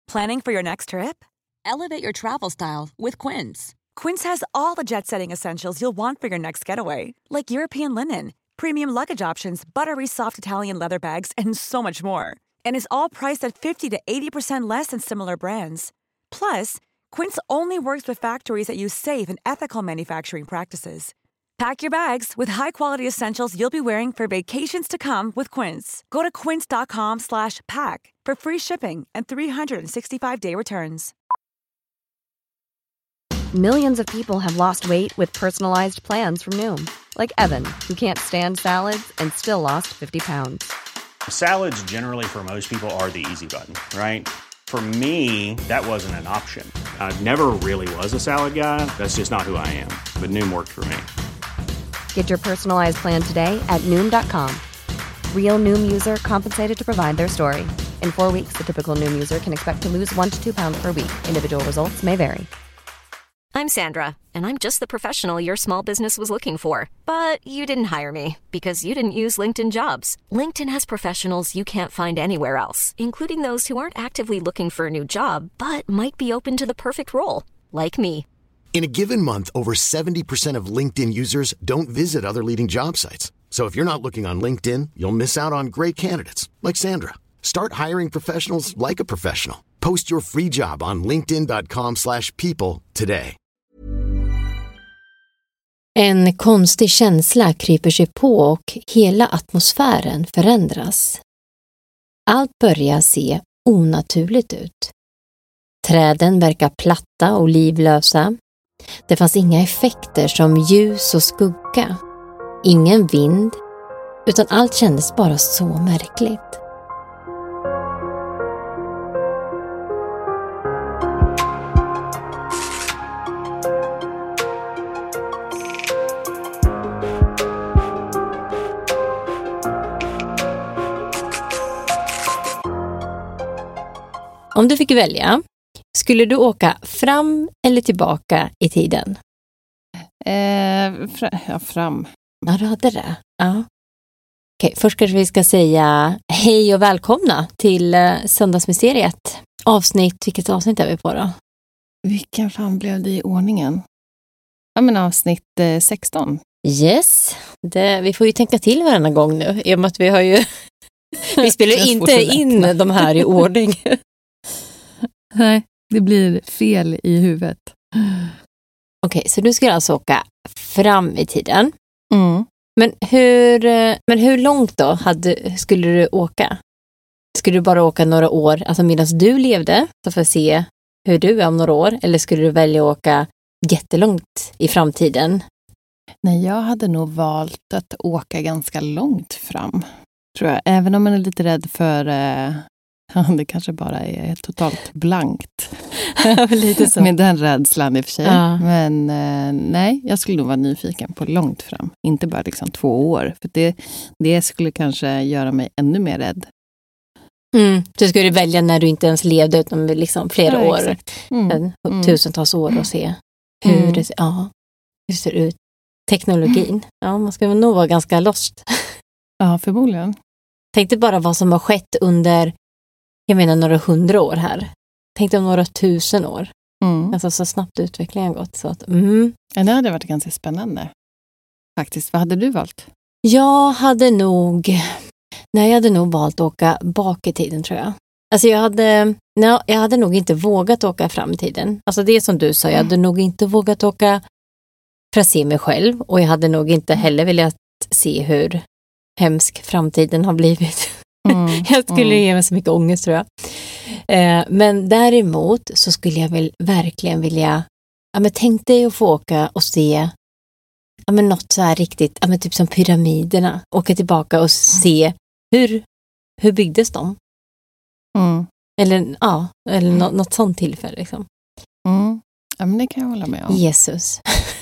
Planning for your next trip? Elevate your travel style with Quince. Quince has all the jet-setting essentials you'll want for your next getaway, like European linen, premium luggage options, buttery soft Italian leather bags, and so much more. And is all priced at 50 to 80% less than similar brands. Plus, Quince only works with factories that use safe and ethical manufacturing practices. Pack your bags with high-quality essentials you'll be wearing for vacations to come with Quince. Go to quince.com/pack for free shipping and 365-day returns. Millions of people have lost weight with personalized plans from Noom. Like Evan, who can't stand salads and still lost 50 pounds. Salads generally for most people are the easy button, right? For me, that wasn't an option. I never really was a salad guy. That's just not who I am. But Noom worked for me. Get your personalized plan today at Noom.com. Real Noom user compensated to provide their story. In 4 weeks, the typical Noom user can expect to lose 1 to 2 pounds per week. Individual results may vary. I'm Sandra, and I'm just the professional your small business was looking for. But you didn't hire me because you didn't use LinkedIn Jobs. LinkedIn has professionals you can't find anywhere else, including those who aren't actively looking for a new job, but might be open to the perfect role, like me. In a given month, over 70% of LinkedIn users don't visit other leading job sites. So if you're not looking on LinkedIn, you'll miss out on great candidates like Sandra. Start hiring professionals like a professional. Post your free job on linkedin.com/people today. En konstig känsla kryper sig på och hela atmosfären förändras. Allt börjar se onaturligt ut. Träden verkar platta och livlösa. Det fanns inga effekter som ljus och skugga. Ingen vind, utan allt kändes bara så märkligt. Om du fick välja, skulle du åka fram eller tillbaka i tiden? Fram. Ja, du hade det. Ja. Okej, först kanske vi ska säga hej och välkomna till Söndagsmysteriet. Vilket avsnitt är vi på då? Vilken fan blev det i ordningen? Ja, men avsnitt 16. Yes, vi får ju tänka till varannan gång nu. I och med att vi har ju... vi spelar inte in de här i ordning. Nej, det blir fel i huvudet. Okej, så du skulle alltså åka fram i tiden. Mm. Men hur långt då skulle du åka? Skulle du bara åka några år, alltså medan du levde, så för att se hur du är om några år? Eller skulle du välja att åka jättelångt i framtiden? Nej, jag hade nog valt att åka ganska långt fram, tror jag. Även om man är lite rädd för... det kanske bara är totalt blankt. Lite så. Med den rädslan i och för sig. Ja. Men nej, jag skulle nog vara nyfiken på långt fram. Inte bara liksom 2 år. För det skulle kanske göra mig ännu mer rädd. Du skulle välja när du inte ens levde utan liksom flera år. Exakt. Tusentals år och se hur det ser ut. Teknologin. Ja, man ska nog vara ganska lost. Ja, förmodligen. Tänk dig bara vad som har skett under, jag menar, några 100 år här. Tänk dig om några 1000 år. Alltså så snabbt utvecklingen gått. Så att, Ja, det hade varit ganska spännande. Faktiskt, vad hade du valt? Jag hade nog valt att åka bak i tiden, tror jag. Alltså jag hade nog inte vågat åka fram i tiden. Alltså det som du sa, jag hade nog inte vågat åka för att se mig själv. Och jag hade nog inte heller velat se hur hemsk framtiden har blivit. Jag skulle ge mig så mycket ångest, tror jag. Men däremot så skulle jag väl verkligen vilja, tänk dig att få åka och se något så här riktigt, typ som pyramiderna. Åka tillbaka och se hur byggdes de? Eller något sånt tillfälle liksom. Ja, men det kan jag hålla med om. Jesus.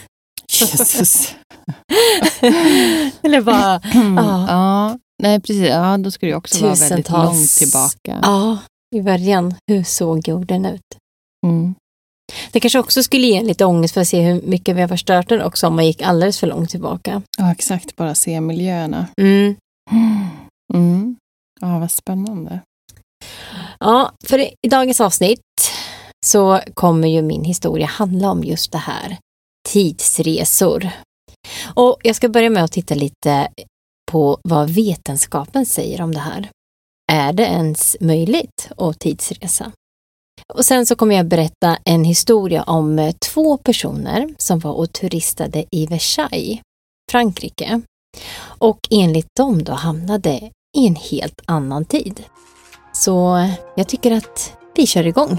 Eller bara ja, nej precis. Ja, då skulle det också vara väldigt långt tillbaka. Ja, i början. Hur såg jorden ut? Det kanske också skulle ge lite ångest för att se hur mycket vi har förstört den också om man gick alldeles för långt tillbaka. Ja, exakt. Bara se miljöerna. Ja, vad spännande. Ja, för i dagens avsnitt så kommer ju min historia handla om just det här. Tidsresor. Och jag ska börja med att titta lite på vad vetenskapen säger om det här. Är det ens möjligt att tidsresa? Och sen så kommer jag berätta en historia om 2 personer som var och turistade i Versailles, Frankrike. Och enligt dem då hamnade i en helt annan tid. Så jag tycker att vi kör igång.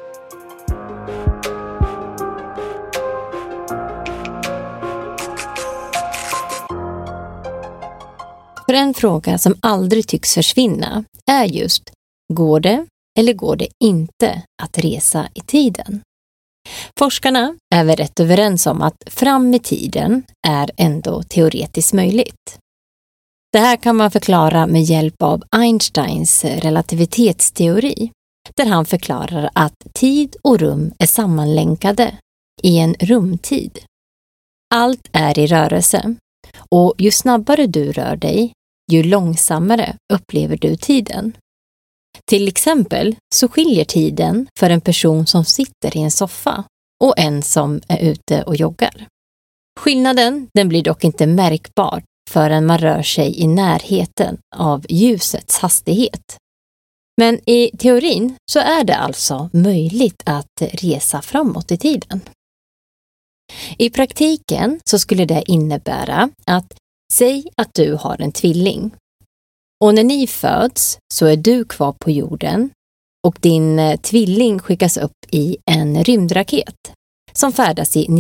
För en fråga som aldrig tycks försvinna är just, går det eller går det inte att resa i tiden? Forskarna är väl rätt överens om att fram i tiden är ändå teoretiskt möjligt. Det här kan man förklara med hjälp av Einsteins relativitetsteori, där han förklarar att tid och rum är sammanlänkade i en rumtid. Allt är i rörelse, och ju snabbare du rör dig, ju långsammare upplever du tiden. Till exempel så skiljer tiden för en person som sitter i en soffa och en som är ute och joggar. Skillnaden den blir dock inte märkbar förrän man rör sig i närheten av ljusets hastighet. Men i teorin så är det alltså möjligt att resa framåt i tiden. I praktiken så skulle det innebära att säg att du har en tvilling. Och när ni föds så är du kvar på jorden och din tvilling skickas upp i en rymdraket som färdas i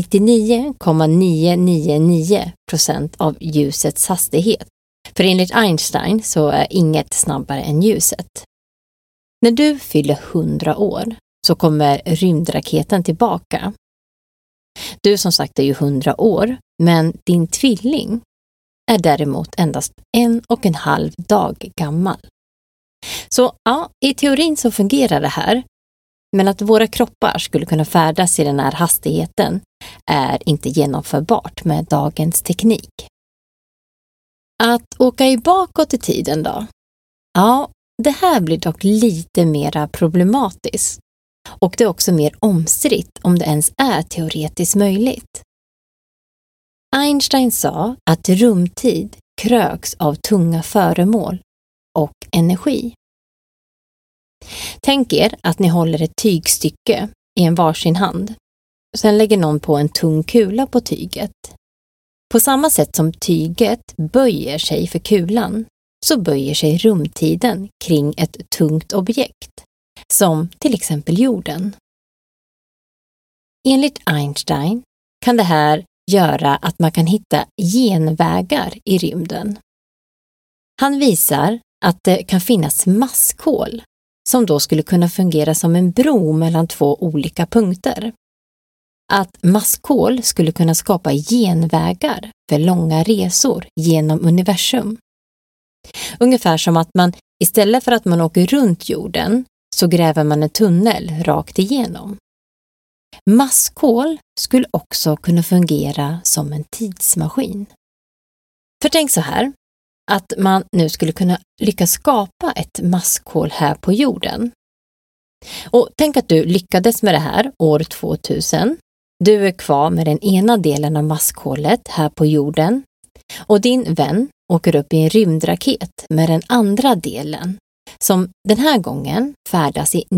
99,999% av ljusets hastighet. För enligt Einstein så är inget snabbare än ljuset. När du fyller 100 år så kommer rymdraketen tillbaka. Du som sagt är ju 100 år, men din tvilling är däremot endast 1,5 dag gammal. Så ja, i teorin så fungerar det här, men att våra kroppar skulle kunna färdas i den här hastigheten är inte genomförbart med dagens teknik. Att åka i bakåt i tiden då? Ja, det här blir dock lite mera problematiskt. Och det är också mer omstritt om det ens är teoretiskt möjligt. Einstein sa att rumtid kröks av tunga föremål och energi. Tänk er att ni håller ett tygstycke i en varsin hand. Sen lägger någon på en tung kula på tyget. På samma sätt som tyget böjer sig för kulan så böjer sig rumtiden kring ett tungt objekt, som till exempel jorden. Enligt Einstein kan det här göra att man kan hitta genvägar i rymden. Han visar att det kan finnas maskhål som då skulle kunna fungera som en bro mellan 2 olika punkter. Att maskhål skulle kunna skapa genvägar för långa resor genom universum. Ungefär som att man istället för att man åker runt jorden så gräver man en tunnel rakt igenom. Maskhål skulle också kunna fungera som en tidsmaskin. För tänk så här, att man nu skulle kunna lyckas skapa ett maskhål här på jorden. Och tänk att du lyckades med det här år 2000. Du är kvar med den ena delen av maskhålet här på jorden och din vän åker upp i en rymdraket med den andra delen som den här gången färdas i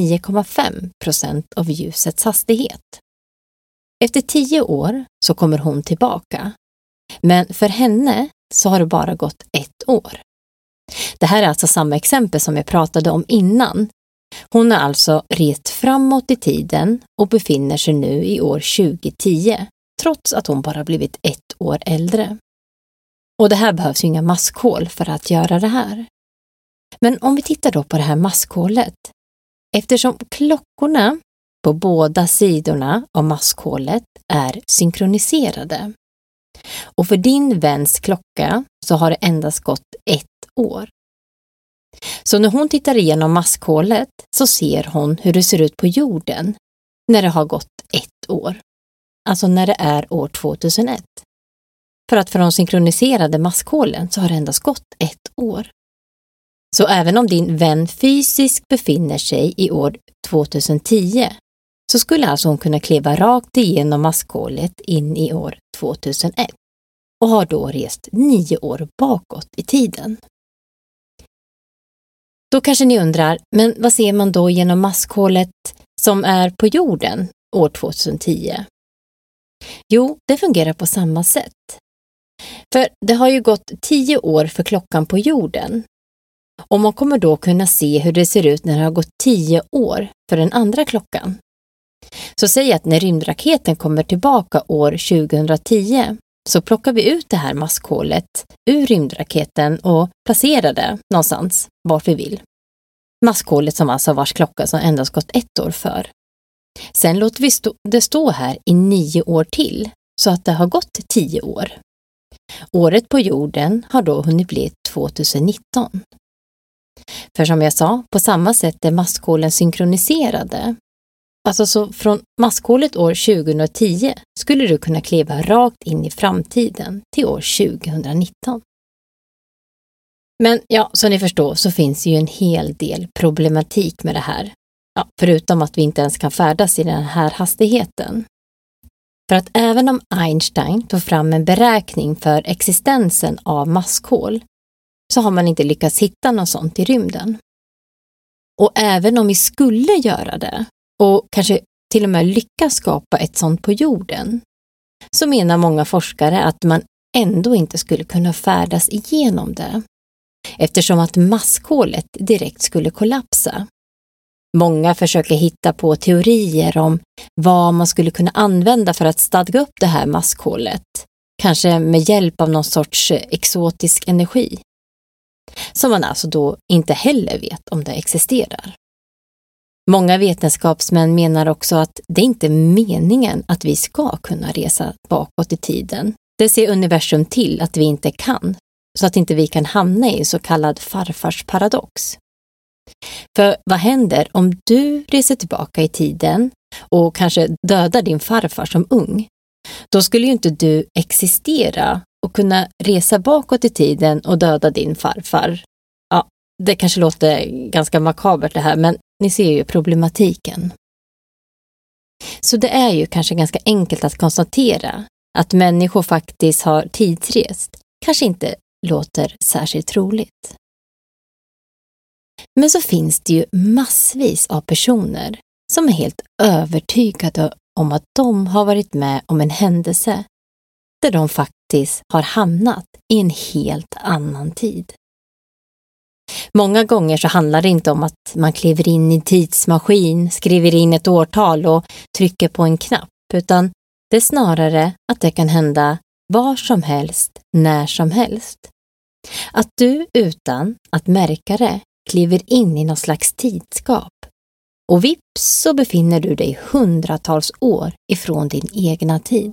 99,5% av ljusets hastighet. Efter 10 år så kommer hon tillbaka, men för henne så har det bara gått 1 år. Det här är alltså samma exempel som jag pratade om innan. Hon har alltså rest framåt i tiden och befinner sig nu i år 2010, trots att hon bara blivit 1 år äldre. Och det här behövs ju inga maskhål för att göra det här. Men om vi tittar då på det här maskhålet. Eftersom klockorna på båda sidorna av maskhålet är synkroniserade. Och för din väns klocka så har det endast gått 1 år. Så när hon tittar igenom maskhålet så ser hon hur det ser ut på jorden när det har gått 1 år. Alltså när det är år 2001. För att för de synkroniserade maskhålen så har det endast gått 1 år. Så även om din vän fysiskt befinner sig i år 2010 så skulle alltså hon kunna kliva rakt igenom maskhålet in i år 2001 och har då rest 9 år bakåt i tiden. Då kanske ni undrar, men vad ser man då genom maskhålet som är på jorden år 2010? Jo, det fungerar på samma sätt. För det har ju gått 10 år för klockan på jorden. Och man kommer då kunna se hur det ser ut när det har gått 10 år för den andra klockan. Så säg att när rymdraketen kommer tillbaka år 2010 så plockar vi ut det här maskhålet ur rymdraketen och placerar det någonstans vart vi vill. Maskhålet som alltså vars klocka som endast gått 1 år för. Sen låter vi det stå här i 9 år till så att det har gått 10 år. Året på jorden har då hunnit bli 2019. För som jag sa, på samma sätt är maskhålen synkroniserade. Alltså så från maskhålet år 2010 skulle du kunna kliva rakt in i framtiden till år 2019. Men ja, som ni förstår så finns ju en hel del problematik med det här. Ja, förutom att vi inte ens kan färdas i den här hastigheten. För att även om Einstein tog fram en beräkning för existensen av maskhål så har man inte lyckats hitta något sånt i rymden. Och även om vi skulle göra det och kanske till och med lyckas skapa ett sånt på jorden så menar många forskare att man ändå inte skulle kunna färdas igenom det eftersom att maskhålet direkt skulle kollapsa. Många försöker hitta på teorier om vad man skulle kunna använda för att stadga upp det här maskhålet, kanske med hjälp av någon sorts exotisk energi, som man alltså då inte heller vet om det existerar. Många vetenskapsmän menar också att det inte är meningen att vi ska kunna resa bakåt i tiden. Det ser universum till att vi inte kan, så att inte vi kan hamna i så kallad farfars paradox. För vad händer om du reser tillbaka i tiden och kanske dödar din farfar som ung? Då skulle ju inte du existera och kunna resa bakåt i tiden och döda din farfar. Ja, det kanske låter ganska makabert det här, men ni ser ju problematiken. Så det är ju kanske ganska enkelt att konstatera att människor faktiskt har tidsrest. Kanske inte låter särskilt troligt. Men så finns det ju massvis av personer som är helt övertygade om att de har varit med om en händelse där de faktiskt har hamnat i en helt annan tid. Många gånger så handlar det inte om att man kliver in i en tidsmaskin, skriver in ett årtal och trycker på en knapp, utan det är snarare att det kan hända var som helst, när som helst. Att du utan att märka det kliver in i någon slags tidskap och vips så befinner du dig hundratals år ifrån din egna tid.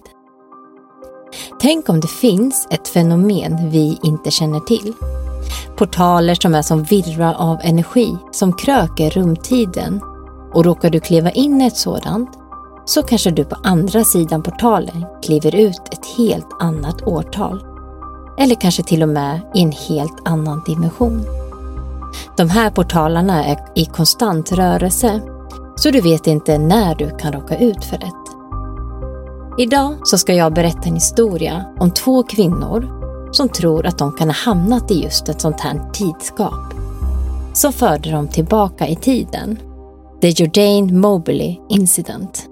Tänk om det finns ett fenomen vi inte känner till. Portaler som är som virrar av energi som kröker rumtiden, och råkar du kliva in i ett sådant så kanske du på andra sidan portalen kliver ut ett helt annat årtal. Eller kanske till och med i en helt annan dimension. De här portalarna är i konstant rörelse, så du vet inte när du kan råka ut för det. Idag så ska jag berätta en historia om 2 kvinnor som tror att de kan ha hamnat i just ett sånt här tidskap. Så förde de tillbaka i tiden. The Jordan Moberly Incident.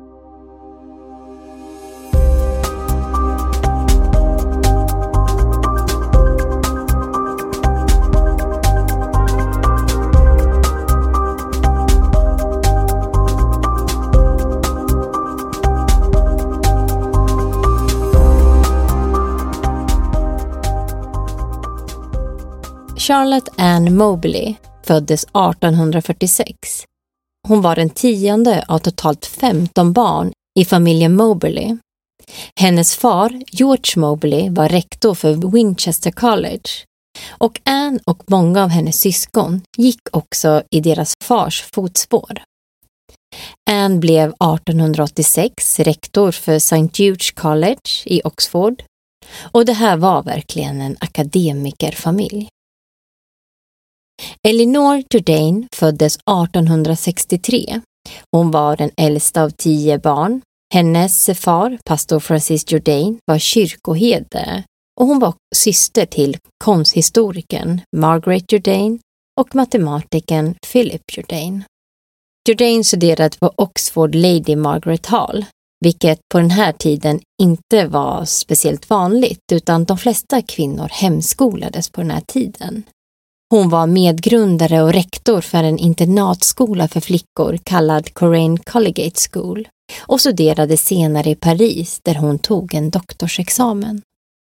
Charlotte Ann Moberly föddes 1846. Hon var den 10:e av totalt 15 barn i familjen Moberly. Hennes far, George Moberly, var rektor för Winchester College. Och Anne och många av hennes syskon gick också i deras fars fotspår. Anne blev 1886 rektor för St. Jude's College i Oxford. Och det här var verkligen en akademikerfamilj. Eleanor Jourdain föddes 1863. Hon var den äldsta av 10 barn. Hennes far, pastor Francis Jourdain, var kyrkoherde och hon var syster till konsthistorikern Margaret Jourdain och matematikern Philip Jourdain. Jourdain studerade på Oxford Lady Margaret Hall, vilket på den här tiden inte var speciellt vanligt, utan de flesta kvinnor hemskolades på den här tiden. Hon var medgrundare och rektor för en internatskola för flickor kallad Coraine Collegiate School och studerade senare i Paris där hon tog en doktorsexamen.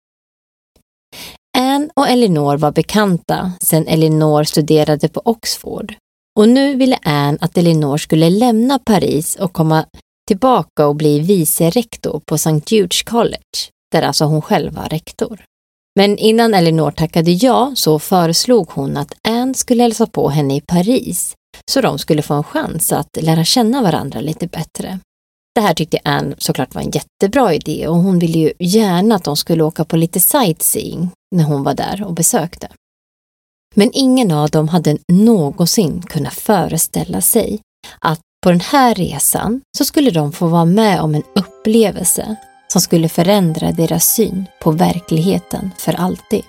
Anne och Eleanor var bekanta sedan Eleanor studerade på Oxford och nu ville Anne att Eleanor skulle lämna Paris och komma tillbaka och bli vicerektor på St. Jude's College, där alltså hon själv var rektor. Men innan Eleanor tackade ja så föreslog hon att Anne skulle hälsa på henne i Paris så de skulle få en chans att lära känna varandra lite bättre. Det här tyckte Anne såklart var en jättebra idé och hon ville ju gärna att de skulle åka på lite sightseeing när hon var där och besökte. Men ingen av dem hade någonsin kunnat föreställa sig att på den här resan så skulle de få vara med om en upplevelse som skulle förändra deras syn på verkligheten för alltid.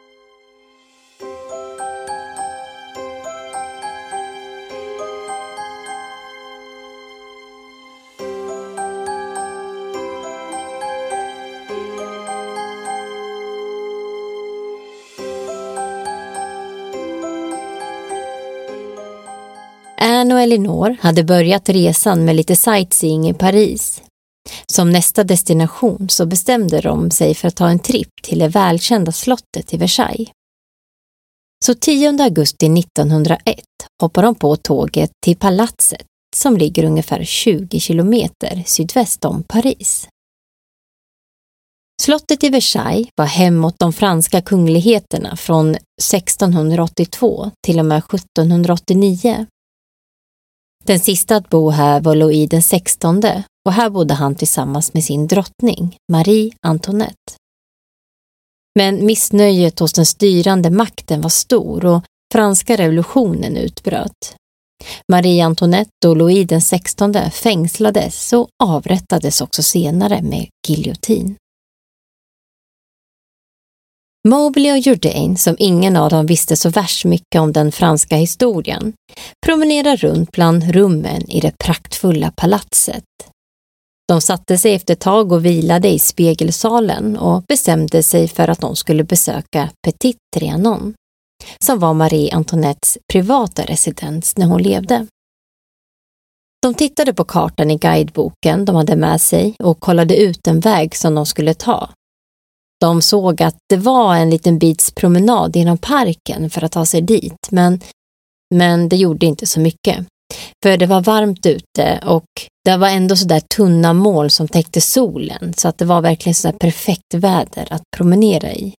Anne och Eleanor hade börjat resan med lite sightseeing i Paris. Som nästa destination så bestämde de sig för att ta en tripp till det välkända slottet i Versailles. Så 10 augusti 1901 hoppar de på tåget till palatset som ligger ungefär 20 kilometer sydväst om Paris. Slottet i Versailles var hem åt de franska kungligheterna från 1682 till och med 1789. Den sista att bo här var Louis den 16 och här bodde han tillsammans med sin drottning, Marie Antoinette. Men missnöjet hos den styrande makten var stor och franska revolutionen utbröt. Marie Antoinette och Louis den 16 fängslades och avrättades också senare med giljotin. Mobley och Jourdain, som ingen av dem visste så värst mycket om den franska historien, promenerar runt bland rummen i det praktfulla palatset. De satte sig efter ett tag och vilade i spegelsalen och bestämde sig för att de skulle besöka Petit Trianon, som var Marie Antoinettes privata residens när hon levde. De tittade på kartan i guideboken de hade med sig och kollade ut en väg som de skulle ta. De såg att det var en liten bits promenad genom parken för att ta sig dit, men det gjorde inte så mycket. För det var varmt ute och det var ändå så där tunna moln som täckte solen så att det var verkligen så där perfekt väder att promenera i.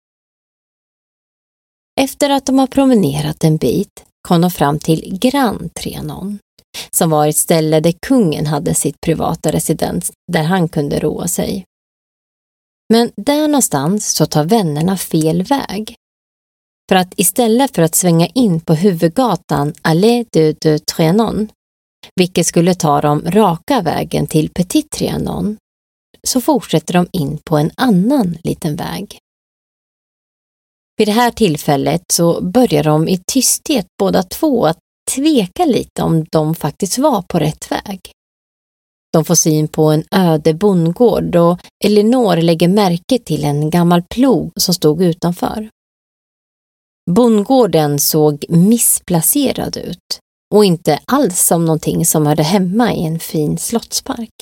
Efter att de har promenerat en bit kom de fram till Grand Trianon, som var ett ställe där kungen hade sitt privata residens där han kunde roa sig. Men där någonstans så tar vännerna fel väg. För att istället för att svänga in på huvudgatan Allée de Trianon, vilket skulle ta dem raka vägen till Petit Trianon, så fortsätter de in på en annan liten väg. Vid det här tillfället så börjar de i tysthet båda två att tveka lite om de faktiskt var på rätt väg. De får syn på en öde bondgård och Eleanor lägger märke till en gammal plog som stod utanför. Bondgården såg missplacerad ut och inte alls som någonting som hörde hemma i en fin slottspark.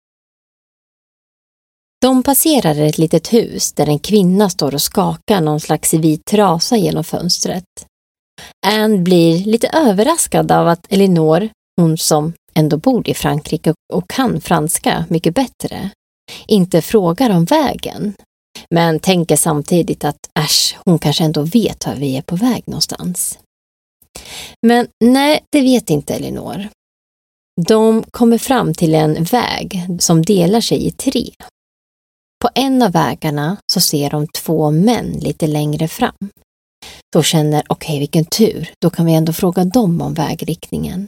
De passerar ett litet hus där en kvinna står och skakar någon slags vit trasa genom fönstret. Anne blir lite överraskad av att Eleanor, hon som ändå bor i Frankrike och kan franska mycket bättre, inte frågar om vägen. Men tänker samtidigt att hon kanske ändå vet var vi är på väg någonstans. Men nej, det vet inte Eleanor. De kommer fram till en väg som delar sig i 3. På en av vägarna så ser de 2 män lite längre fram. Så känner, okej, vilken tur, då kan vi ändå fråga dem om vägriktningen.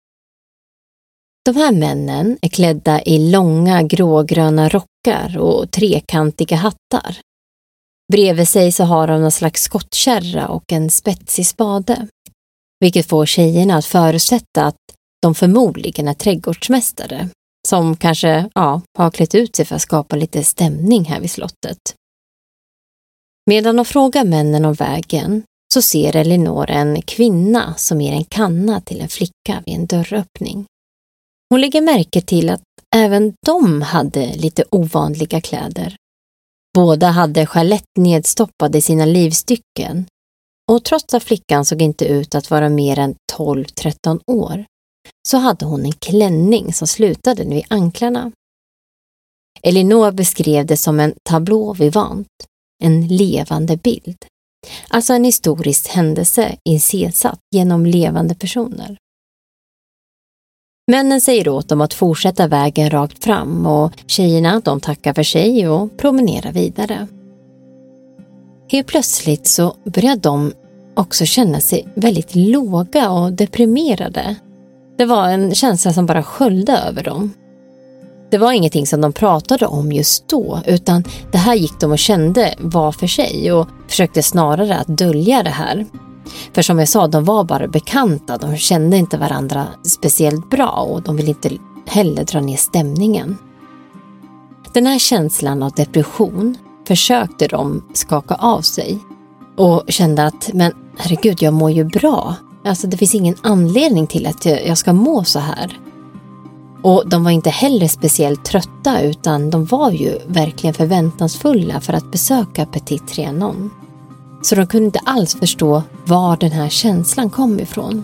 De här männen är klädda i långa grågröna rockar och trekantiga hattar. Bredvid sig så har de någon slags skottkärra och en spetsig spade, vilket får tjejerna att förutsätta att de förmodligen är trädgårdsmästare som kanske har klätt ut sig för att skapa lite stämning här vid slottet. Medan de frågar männen om vägen så ser Elinor en kvinna som ger en kanna till en flicka vid en dörröppning. Hon lägger märke till att även de hade lite ovanliga kläder. Båda hade chalett nedstoppade i sina livstycken och trots att flickan såg inte ut att vara mer än 12-13 år så hade hon en klänning som slutade vid anklarna. Elinor beskrev det som en tablå vivant, en levande bild. Alltså en historisk händelse iscensatt genom levande personer. Männen säger åt dem att fortsätta vägen rakt fram och tjejerna de tackar för sig och promenerar vidare. Helt plötsligt så börjar de också känna sig väldigt låga och deprimerade. Det var en känsla som bara sköljde över dem. Det var ingenting som de pratade om just då, utan det här gick de och kände var för sig och försökte snarare att dölja det här. För som jag sa, de var bara bekanta, de kände inte varandra speciellt bra och de ville inte heller dra ner stämningen. Den här känslan av depression försökte de skaka av sig och kände att, men herregud, jag mår ju bra. Alltså det finns ingen anledning till att jag ska må så här. Och de var inte heller speciellt trötta utan de var ju verkligen förväntansfulla för att besöka Petit Trianon. Så de kunde inte alls förstå var den här känslan kom ifrån.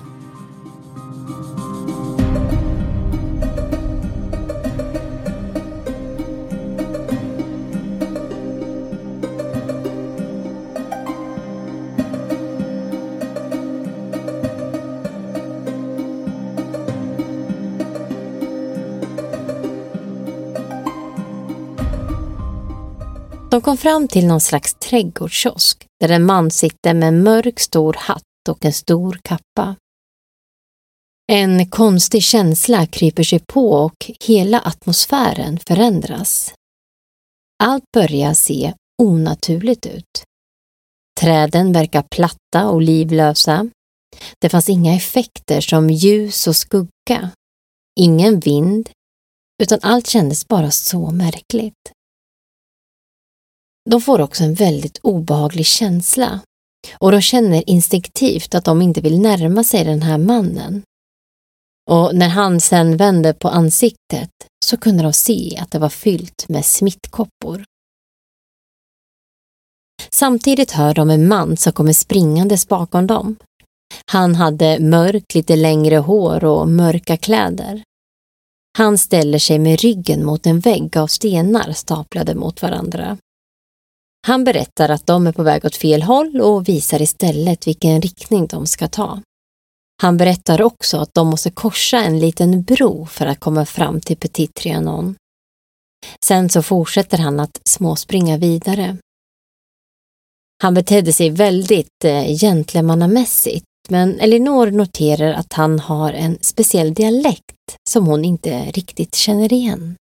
De kom fram till någon slags trädgårdskiosk där en man sitter med en mörk stor hatt och en stor kappa. En konstig känsla kryper sig på och hela atmosfären förändras. Allt börjar se onaturligt ut. Träden verkar platta och livlösa. Det fanns inga effekter som ljus och skugga. Ingen vind, utan allt kändes bara så märkligt. De får också en väldigt obehaglig känsla och de känner instinktivt att de inte vill närma sig den här mannen. Och när han sen vände på ansiktet så kunde de se att det var fyllt med smittkoppor. Samtidigt hör de en man som kommer springandes bakom dem. Han hade mörkt, lite längre hår och mörka kläder. Han ställer sig med ryggen mot en vägg av stenar staplade mot varandra. Han berättar att de är på väg åt fel håll och visar istället vilken riktning de ska ta. Han berättar också att de måste korsa en liten bro för att komma fram till Petit Trianon. Sen så fortsätter han att småspringa vidare. Han betedde sig väldigt gentlemannamässigt, men Elinor noterar att han har en speciell dialekt som hon inte riktigt känner igen.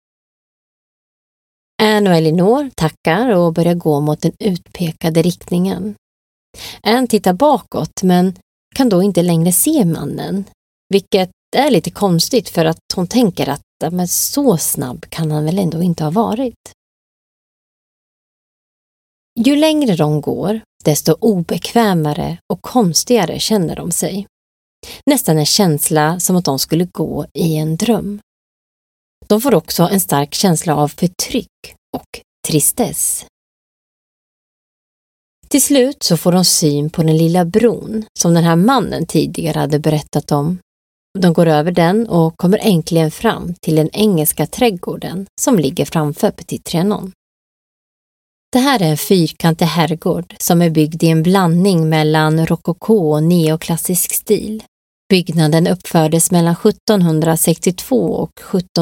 Anne och Elinor tackar och börjar gå mot den utpekade riktningen. Anne tittar bakåt men kan då inte längre se mannen, vilket är lite konstigt för att hon tänker att men så snabb kan han väl ändå inte ha varit. Ju längre de går, desto obekvämare och konstigare känner de sig. Nästan en känsla som att de skulle gå i en dröm. De får också en stark känsla av förtryck och tristess. Till slut så får de syn på den lilla bron som den här mannen tidigare hade berättat om. De går över den och kommer äntligen fram till den engelska trädgården som ligger framför Petit Trianon. Det här är en fyrkantig herrgård som är byggd i en blandning mellan rokoko och neoklassisk stil. Byggnaden uppfördes mellan 1762 och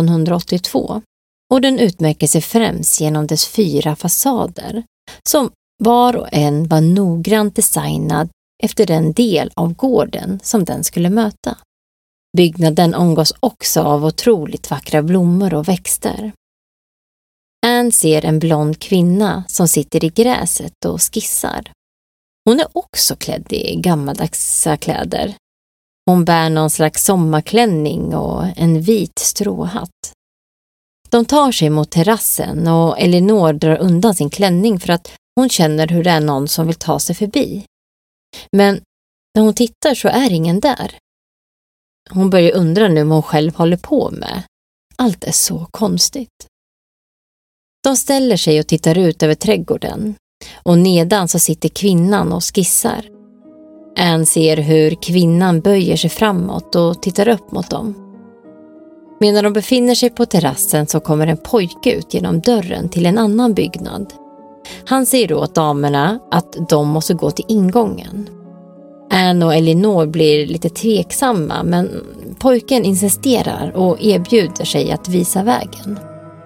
1782 och den utmärker sig främst genom dess 4 fasader som Var och en var noggrant designad efter den del av gården som den skulle möta. Byggnaden omgås också av otroligt vackra blommor och växter. Anne ser en blond kvinna som sitter i gräset och skissar. Hon är också klädd i gammaldagsa kläder. Hon bär någon slags sommarklänning och en vit stråhatt. De tar sig mot terrassen och Elinor drar undan sin klänning för att hon känner hur det är någon som vill ta sig förbi. Men när hon tittar så är ingen där. Hon börjar undra nu vad hon själv håller på med. Allt är så konstigt. De ställer sig och tittar ut över trädgården. Och nedan så sitter kvinnan och skissar. Anne ser hur kvinnan böjer sig framåt och tittar upp mot dem. Medan de befinner sig på terrassen så kommer en pojke ut genom dörren till en annan byggnad. Han säger då åt damerna att de måste gå till ingången. Anne och Elinor blir lite tveksamma, men pojken insisterar och erbjuder sig att visa vägen.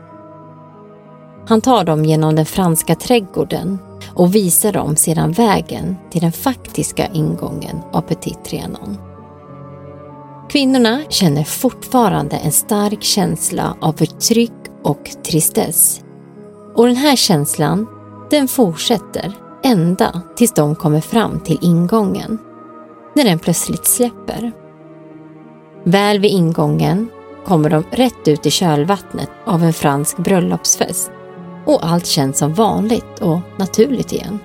Han tar dem genom den franska trädgården och visar dem sedan vägen till den faktiska ingången av Petit Trianon. Kvinnorna känner fortfarande en stark känsla av förtryck och tristess. Och den här känslan, den fortsätter ända tills de kommer fram till ingången, när den plötsligt släpper. Väl vid ingången kommer de rätt ut i kölvattnet av en fransk bröllopsfest och allt känns som vanligt och naturligt igen.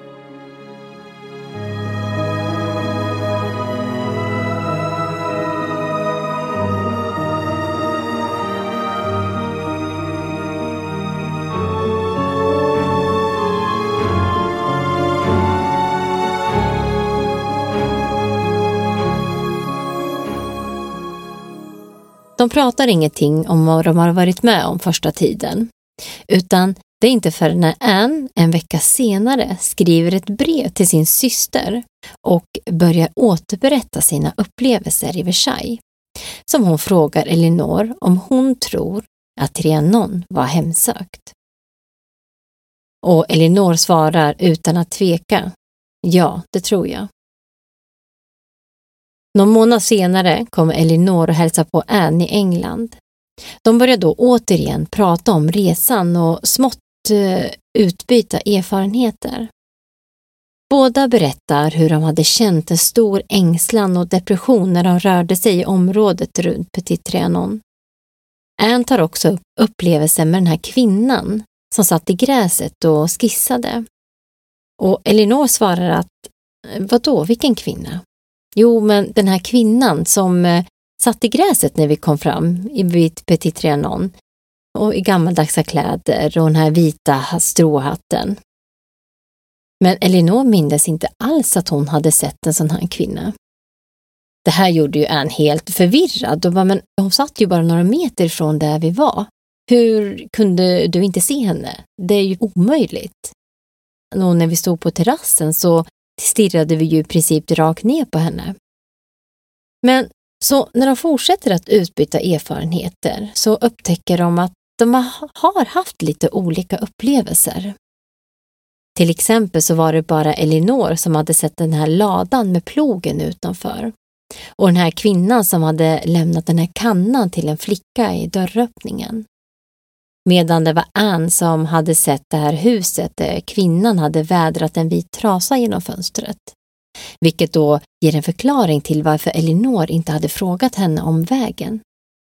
De pratar ingenting om vad de har varit med om första tiden, utan det är inte förrän när Anne en vecka senare skriver ett brev till sin syster och börjar återberätta sina upplevelser i Versailles som hon frågar Elinor om hon tror att Trianon var hemsökt. Och Elinor svarar utan att tveka: ja, det tror jag. Någon månad senare kommer Elinor och hälsa på Anne i England. De börjar då återigen prata om resan och smått utbyta erfarenheter. Båda berättar hur de hade känt en stor ängslan och depression när de rörde sig i området runt Petit Trianon. Anne tar också upp upplevelsen med den här kvinnan som satt i gräset och skissade. Och Elinor svarar att, vadå, vilken kvinna? Jo, men den här kvinnan som satt i gräset när vi kom fram vid Petit Trianon och i gammaldagsa kläder och den här vita stråhatten. Men Elinor mindes inte alls att hon hade sett en sån här kvinna. Det här gjorde ju Anne helt förvirrad och bara, men hon satt ju bara några meter ifrån där vi var. Hur kunde du inte se henne? Det är ju omöjligt. Och när vi stod på terrassen så stirrade vi ju i princip rakt ner på henne. Men så när de fortsätter att utbyta erfarenheter så upptäcker de att de har haft lite olika upplevelser. Till exempel så var det bara Elinor som hade sett den här ladan med plogen utanför. Och den här kvinnan som hade lämnat den här kannan till en flicka i dörröppningen. Medan det var Anne som hade sett det här huset där kvinnan hade vädrat en vit trasa genom fönstret. Vilket då ger en förklaring till varför Elinor inte hade frågat henne om vägen.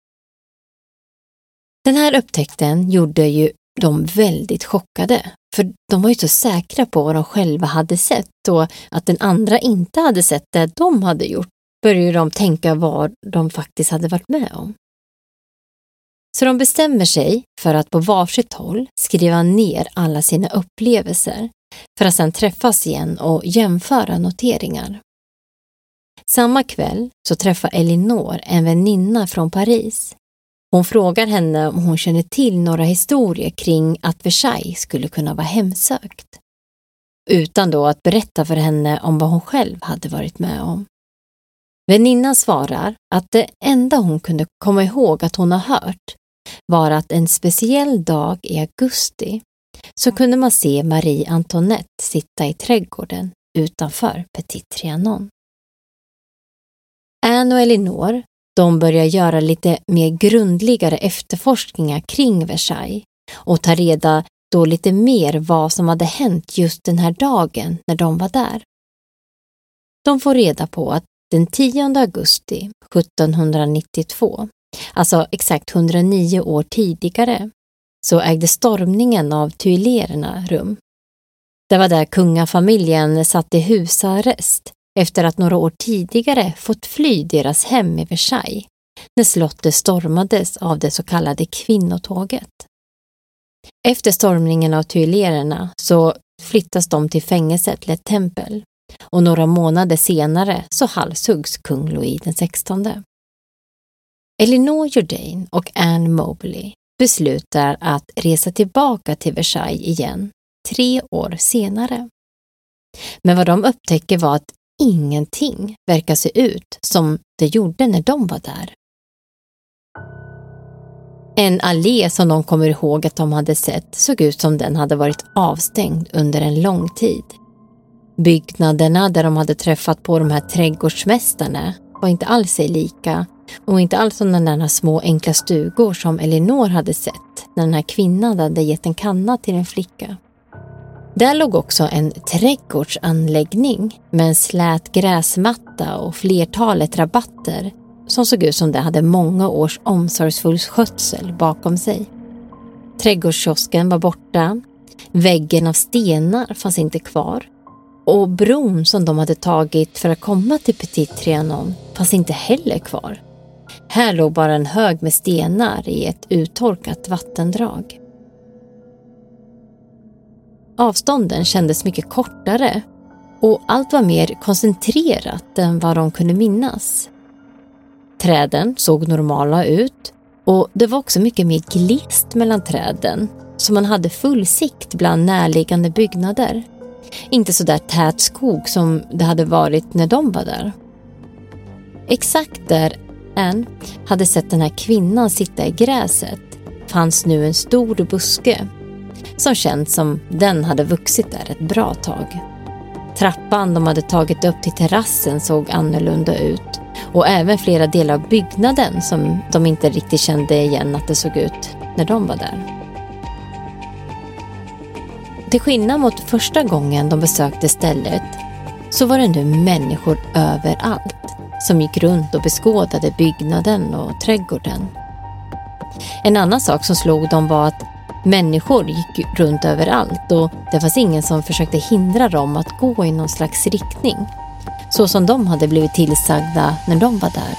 Den här upptäckten gjorde ju de väldigt chockade. För de var ju så säkra på vad de själva hade sett och att den andra inte hade sett det de hade gjort. Började de tänka vad de faktiskt hade varit med om. Så de bestämmer sig för att på varsitt håll skriva ner alla sina upplevelser för att sedan träffas igen och jämföra noteringar. Samma kväll så träffar Elinor en väninna från Paris. Hon frågar henne om hon känner till några historier kring att Versailles skulle kunna vara hemsökt. Utan då att berätta för henne om vad hon själv hade varit med om. Väninnan svarar att det enda hon kunde komma ihåg att hon har hört var att en speciell dag i augusti så kunde man se Marie Antoinette sitta i trädgården utanför Petit Trianon. Anne och Elinor, de börjar göra lite mer grundligare efterforskningar kring Versailles och ta reda då lite mer vad som hade hänt just den här dagen när de var där. De får reda på att den 10 augusti 1792, alltså exakt 109 år tidigare, så ägde stormningen av Tuilererna rum. Det var där kungafamiljen satt i husarrest efter att några år tidigare fått fly deras hem i Versailles när slottet stormades av det så kallade kvinnotåget. Efter stormningen av Tuilererna så flyttas de till fängelset Le Temple och några månader senare så halshuggs kung Louis XVI. Elinor Jourdain och Anne Mobley beslutar att resa tillbaka till Versailles igen 3 år senare. Men vad de upptäcker var att ingenting verkar se ut som det gjorde när de var där. En allé som de kommer ihåg att de hade sett såg ut som den hade varit avstängd under en lång tid. Byggnaderna där de hade träffat på de här trädgårdsmästarna var inte alls sig lika och inte alls sådana där små enkla stugor som Elinor hade sett när den här kvinnan hade gett en kanna till en flicka. Där låg också en trädgårdsanläggning med en slät gräsmatta och flertalet rabatter som såg ut som det hade många års omsorgsfull skötsel bakom sig. Trädgårdskiosken var borta, väggen av stenar fanns inte kvar och bron som de hade tagit för att komma till Petit Trianon fanns inte heller kvar. Här låg bara en hög med stenar i ett uttorkat vattendrag. Avstånden kändes mycket kortare och allt var mer koncentrerat än vad de kunde minnas. Träden såg normala ut och det var också mycket mer glest mellan träden så man hade full sikt bland närliggande byggnader. Inte så där tät skog som det hade varit när de var där. Exakt där Anne hade sett den här kvinnan sitta i gräset fanns nu en stor buske som känns som den hade vuxit där ett bra tag. Trappan de hade tagit upp till terrassen såg annorlunda ut och även flera delar av byggnaden som de inte riktigt kände igen att det såg ut när de var där. Till skillnad mot första gången de besökte stället så var det nu människor överallt som gick runt och beskådade byggnaden och trädgården. En annan sak som slog dem var att människor gick runt överallt och det fanns ingen som försökte hindra dem att gå i någon slags riktning, så som de hade blivit tillsagda när de var där.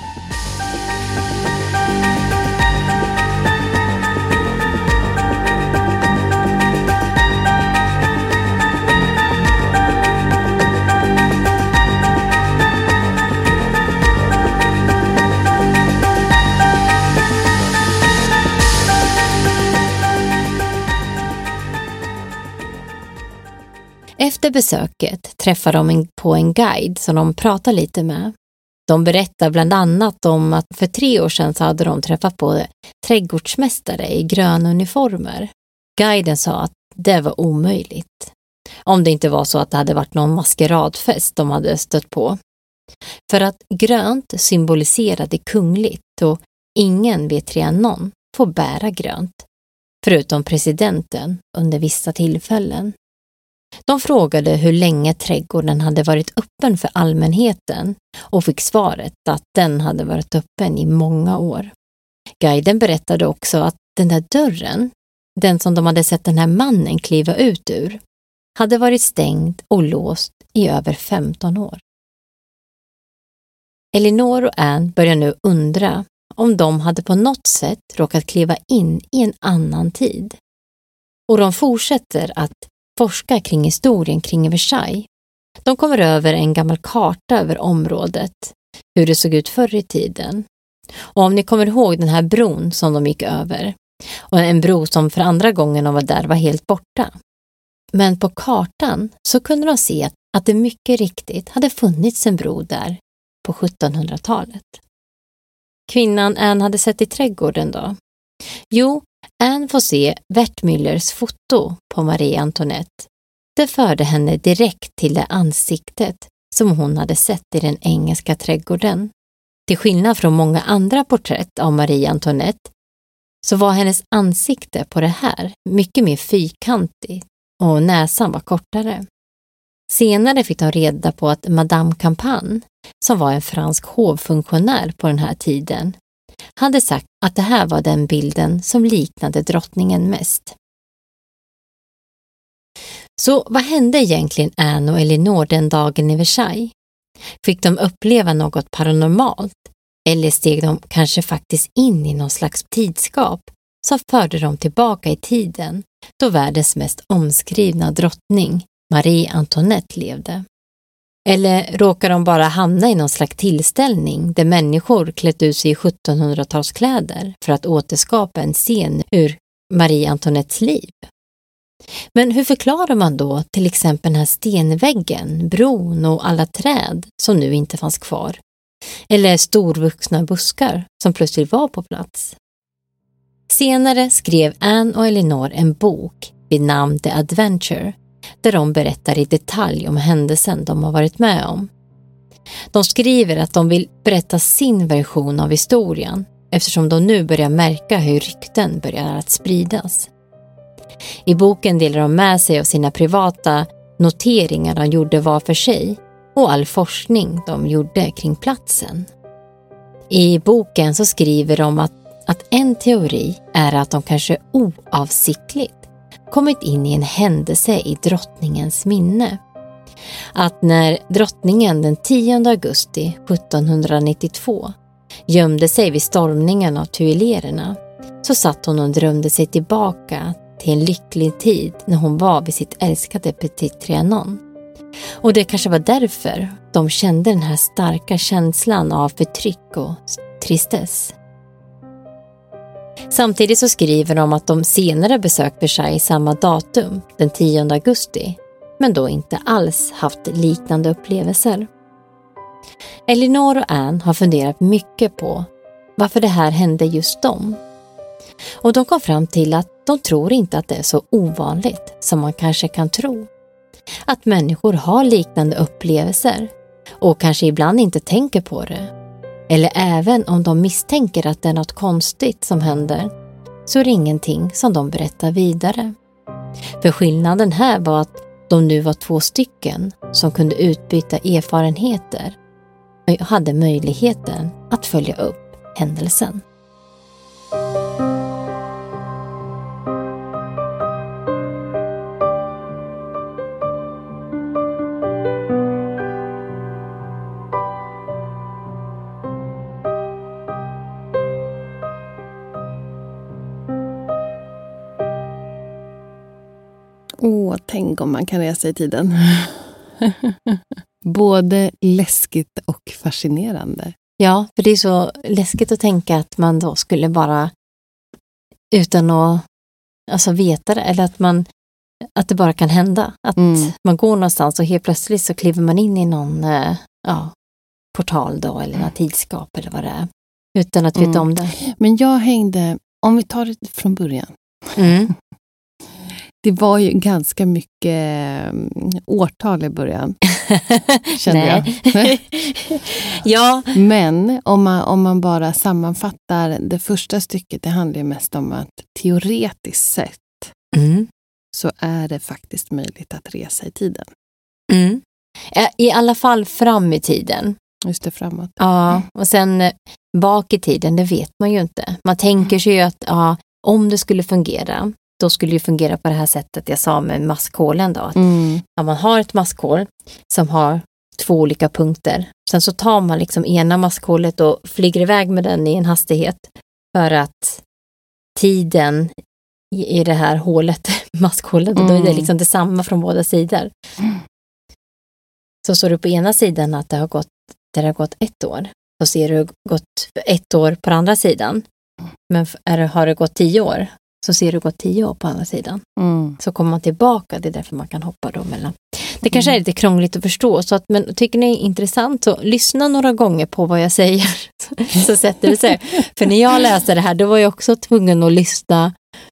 Efter besöket träffar de på en guide som de pratar lite med. De berättar bland annat om att för 3 år sedan så hade de träffat på trädgårdsmästare i gröna uniformer. Guiden sa att det var omöjligt. Om det inte var så att det hade varit någon maskeradfest de hade stött på. För att grönt symboliserade kungligt och ingen vid Trianon får bära grönt. Förutom presidenten under vissa tillfällen. De frågade hur länge trädgården hade varit öppen för allmänheten och fick svaret att den hade varit öppen i många år. Guiden berättade också att den där dörren, den som de hade sett den här mannen kliva ut ur, hade varit stängd och låst i över 15 år. Elinor och Anne börjar nu undra om de hade på något sätt råkat kliva in i en annan tid. Och de fortsätter att forska kring historien kring Versailles. De kommer över en gammal karta över området, hur det såg ut förr i tiden. Och om ni kommer ihåg den här bron som de gick över, och en bro som för andra gången de var där var helt borta. Men på kartan så kunde de se att det mycket riktigt hade funnits en bro där på 1700-talet. Kvinnan Anne hade sett i trädgården då? Jo, Anne får se Wertmüllers foto på Marie Antoinette. Det förde henne direkt till det ansiktet som hon hade sett i den engelska trädgården. Till skillnad från många andra porträtt av Marie Antoinette så var hennes ansikte på det här mycket mer fyrkantigt och näsan var kortare. Senare fick de reda på att Madame Campan, som var en fransk hovfunktionär på den här tiden, hade sagt att det här var den bilden som liknade drottningen mest. Så vad hände egentligen Anne och Elinor den dagen i Versailles? Fick de uppleva något paranormalt? Eller steg de kanske faktiskt in i någon slags tidskap som förde dem tillbaka i tiden då världens mest omskrivna drottning, Marie Antoinette, levde? Eller råkar de bara hamna i någon slags tillställning där människor klätt ut sig i 1700-talskläder för att återskapa en scen ur Marie Antoinettes liv? Men hur förklarar man då till exempel den här stenväggen, bron och alla träd som nu inte fanns kvar? Eller storvuxna buskar som plötsligt var på plats? Senare skrev Anne och Elinor en bok vid namn The Adventure där de berättar i detalj om händelsen de har varit med om. De skriver att de vill berätta sin version av historien eftersom de nu börjar märka hur rykten börjar att spridas. I boken delar de med sig av sina privata noteringar de gjorde var för sig och all forskning de gjorde kring platsen. I boken så skriver de att en teori är att de kanske oavsiktligt kommit in i en händelse i drottningens minne. Att när drottningen den 10 augusti 1792 gömde sig vid stormningen av Tuilererna så satt hon och drömde sig tillbaka till en lycklig tid när hon var vid sitt älskade Petit Trianon. Och det kanske var därför de kände den här starka känslan av förtryck och tristess. Samtidigt så skriver de att de senare besökt Versailles samma datum, den 10 augusti, men då inte alls haft liknande upplevelser. Elinor och Anne har funderat mycket på varför det här hände just dem. Och de kom fram till att de tror inte att det är så ovanligt som man kanske kan tro. Att människor har liknande upplevelser och kanske ibland inte tänker på det. Eller även om de misstänker att det är något konstigt som händer så är det ingenting som de berättar vidare. För skillnaden här var att de nu var 2 stycken som kunde utbyta erfarenheter och hade möjligheten att följa upp händelsen. Tänk om man kan resa i tiden. Både läskigt och fascinerande. Ja, för det är så läskigt att tänka att man då skulle bara utan att veta det, eller att det bara kan hända. Att man går någonstans och helt plötsligt så kliver man in i någon portal då, eller någon tidskap eller vad det är. Utan att veta om det. Men jag hängde, om vi tar det från början. Det var ju ganska mycket årtal i början. Kände jag. Ja. Men om man bara sammanfattar det första stycket, det handlar ju mest om att teoretiskt sett så är det faktiskt möjligt att resa i tiden. I alla fall fram i tiden. Just det, framåt. Ja, och sen bak i tiden, det vet man ju inte. Man tänker sig ju att om det skulle fungera, då skulle det fungera på det här sättet jag sa med maskhålen då. Att man har ett maskhål som har 2 olika punkter. Sen så tar man liksom ena maskhålet och flyger iväg med den i en hastighet för att tiden i det här hålet, maskhålet, och då är det liksom detsamma från båda sidor. Så står du på ena sidan att det har gått 1 år. Så ser du gått 1 år på andra sidan. Men har det gått 10 år, så ser du gått 10 år på andra sidan. Så kommer man tillbaka, det är därför man kan hoppa då mellan. Det kanske är lite krångligt att förstå, men tycker ni är intressant så lyssna några gånger på vad jag säger så sätter det sig. För när jag läste det här, då var jag också tvungen att lyssna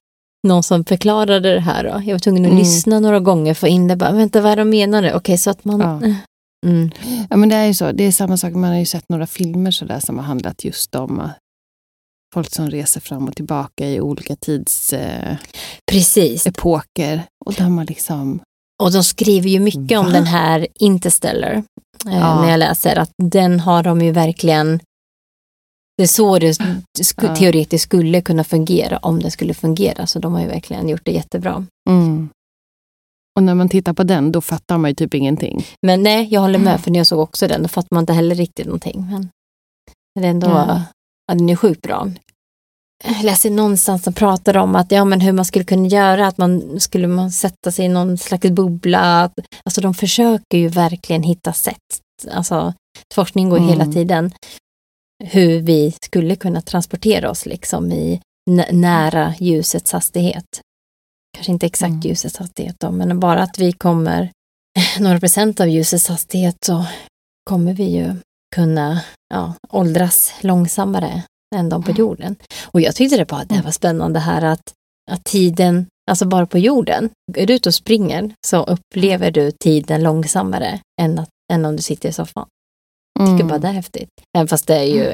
någon som förklarade det här då. Jag var tvungen att lyssna några gånger för in det. Bara, vänta, vad är de menar nu? Okej, så att man... Ja. Ja, men det är ju så. Det är samma sak. Man har ju sett några filmer så där som har handlat just om folk som reser fram och tillbaka i olika Precis. Epoker. Och de har liksom... Och de skriver ju mycket om den här Interstellar. När jag läser att den har de ju verkligen... Det är så det teoretiskt skulle kunna fungera om det skulle fungera. Så de har ju verkligen gjort det jättebra. Mm. Och när man tittar på den, då fattar man ju typ ingenting. Men nej, jag håller med, för när jag såg också den, då fattar man inte heller riktigt någonting. Men det är ändå, den är sjukt bra. Jag läser någonstans som pratar om att men hur man skulle kunna göra, att man sätta sig i någon slags bubbla. Alltså de försöker ju verkligen hitta sätt. Alltså forskning går hela tiden. Hur vi skulle kunna transportera oss liksom i nära ljusets hastighet. Kanske inte exakt ljusets hastighet då, men bara att vi kommer några procent av ljusets hastighet, så kommer vi ju kunna åldras långsammare än de på jorden. Och jag tyckte det var spännande här att tiden, alltså bara på jorden, är du ute och springer så upplever du tiden långsammare än om du sitter i soffan. Jag tycker bara det är häftigt. Även fast det är ju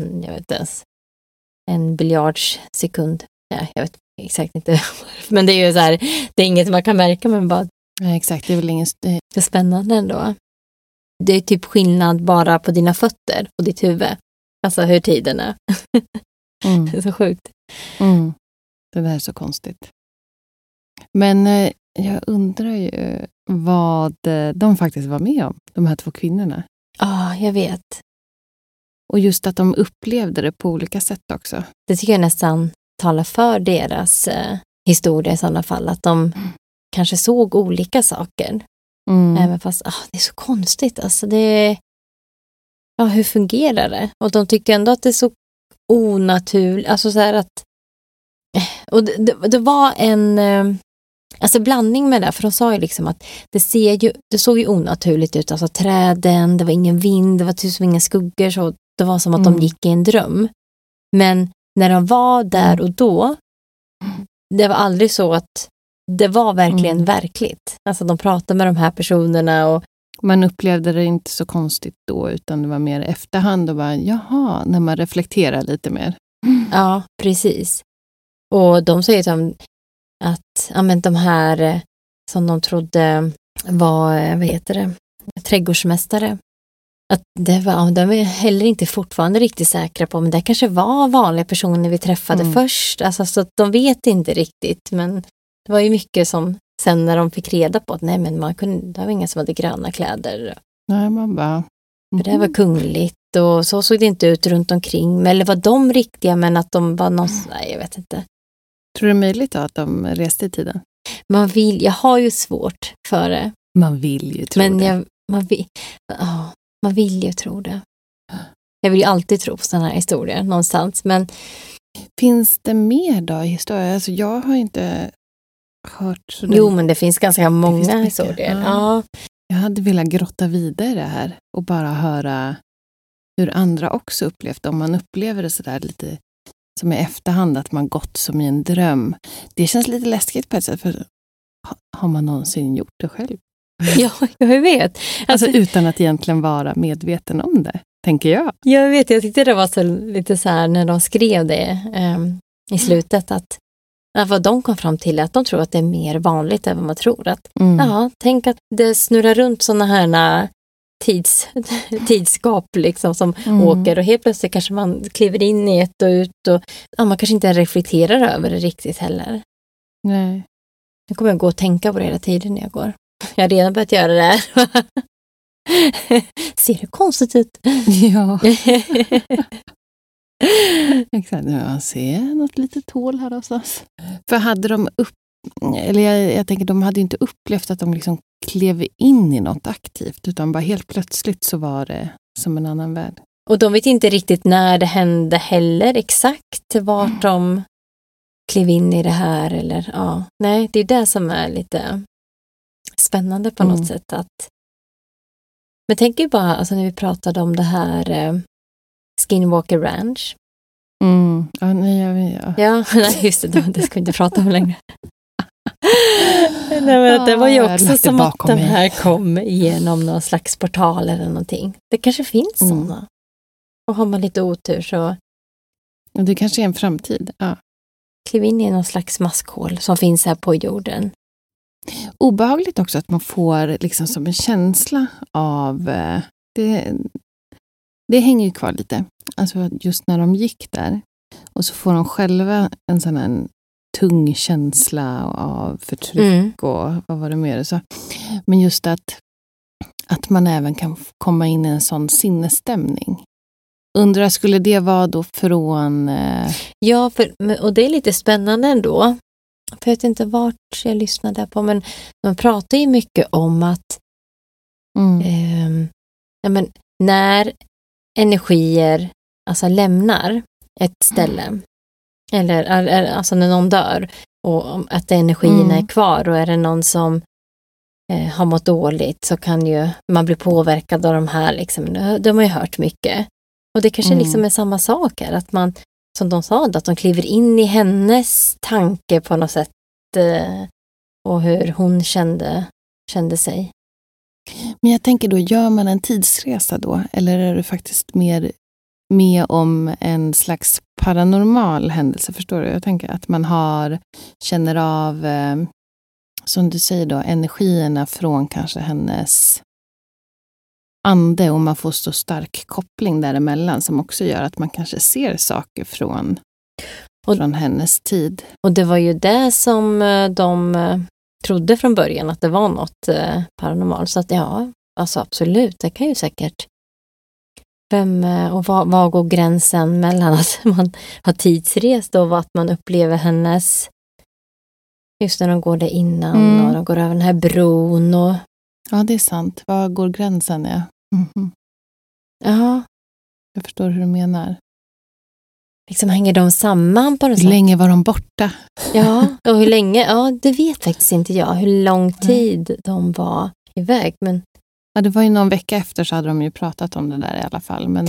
en biljardssekund. Ja, jag vet exakt inte. Men det är ju så här, det är inget man kan märka, men bara... Ja, exakt, det är väl ingen... Det är spännande ändå. Det är typ skillnad bara på dina fötter och ditt huvud. Alltså hur tiden är. Det är så sjukt. Det där är så konstigt. Men jag undrar ju vad de faktiskt var med om, de här 2 kvinnorna. Ja, jag vet. Och just att de upplevde det på olika sätt också. Det tycker jag nästan talar för deras historia i sådana fall. Att de kanske såg olika saker. Även fast det är så konstigt. Alltså hur fungerar det? Och de tycker ändå att det är så onaturligt. Alltså så här att... Och det var en... Alltså blandning med det, för de sa ju liksom att det såg ju onaturligt ut. Alltså träden, det var ingen vind, det var typ som inga skuggor. Så det var som att de gick i en dröm. Men när de var där och då, det var aldrig så att det var verkligen verkligt. Alltså de pratade med de här personerna och... Man upplevde det inte så konstigt då, utan det var mer efterhand och bara, när man reflekterar lite mer. Ja, precis. Och de säger att de här som de trodde var, trädgårdsmästare, att de är heller inte fortfarande riktigt säkra på, men det kanske var vanliga personer vi träffade först. Alltså, så att de vet inte riktigt, men det var ju mycket som sen när de fick reda på att det var inga som hade gröna kläder. Nej, man bara... För det var kungligt och så såg det inte ut runt omkring. Eller var de riktiga, men att de var någon... Nej, jag vet inte. Tror du det är möjligt att de reste i tiden? Jag har ju svårt för det. Man vill ju tro det. Man vill ju tro det. Jag vill ju alltid tro på sådana här historier någonstans. Men... Finns det mer då i historier? Alltså jag har inte hört så. Jo, men det finns ganska många historier. Ja. Jag hade velat grotta vidare här och bara höra hur andra också upplevt. Om man upplever det sådär lite som i efterhand, att man gått som i en dröm. Det känns lite läskigt på ett sätt, för har man någonsin gjort det själv? Ja, jag vet. Alltså utan att egentligen vara medveten om det, tänker jag. Jag vet, jag tyckte det var lite så här när de skrev det i slutet, att vad de kom fram till att de tror att det är mer vanligt än vad man tror. Att, tänk att det snurrar runt sådana här tidsskap liksom, som åker, och helt plötsligt kanske man kliver in i ett och ut, och man kanske inte reflekterar över det riktigt heller. Nej. Nu kommer jag gå och tänka på det hela tiden när jag går. Jag har redan börjat göra det här. Ser det konstigt ut? Ja. Exakt, jag ser något litet hål här någonstans. För hade de jag tänker, de hade inte upplevt att de liksom klev in i något aktivt, utan bara helt plötsligt så var det som en annan värld. Och de vet inte riktigt när det hände heller, exakt vart de klev in i det här, eller nej, det är det som är lite spännande på något sätt. Men tänk ju bara, alltså när vi pratade om det här Skinwalker Ranch, Ja, nej, Ja, just det ska vi inte prata om längre. Nej, men det var ju också som att den här kom igenom någon slags portal eller någonting. Det kanske finns sådana. Och har man lite otur så... Det kanske är en framtid, ja. Kliv in i någon slags maskhål som finns här på jorden. Obehagligt också att man får liksom som en känsla av... Det hänger ju kvar lite. Alltså just när de gick där. Och så får de själva en sån här tung känsla av förtryck och vad var det mer så. Men just att man även kan komma in i en sån sinnesstämning. Undrar, skulle det vara då från... Ja, och det är lite spännande ändå. För jag vet inte vart jag lyssnade på, men man pratar ju mycket om att men när energier alltså lämnar ett ställe, eller alltså när någon dör och att energierna är kvar, och är det någon som har mått dåligt så kan ju man bli påverkad av de här liksom, de har ju hört mycket. Och det kanske liksom är samma sak här, att man, som de sa, att de kliver in i hennes tanke på något sätt och hur hon kände sig. Men jag tänker då, gör man en tidsresa då? Eller är det faktiskt mer med om en slags paranormal händelse, förstår du? Jag tänker att man känner av, som du säger då, energierna från kanske hennes ande, och man får så stark koppling däremellan som också gör att man kanske ser saker från hennes tid. Och det var ju det som de trodde från början, att det var något paranormalt. Så att ja, alltså absolut, det kan ju säkert. Och vad går gränsen mellan att man har tidsrest och att man upplever hennes, just när de går där innan och de går över den här bron och... Ja, det är sant. Vad går gränsen? Ja. Ja. Jag förstår hur du menar. Liksom hänger de samman på något sätt? Hur länge var de borta? Ja, och hur länge? Ja, det vet faktiskt inte jag. Hur lång tid de var iväg. Men... Ja, det var ju någon vecka efter så hade de ju pratat om det där i alla fall. Men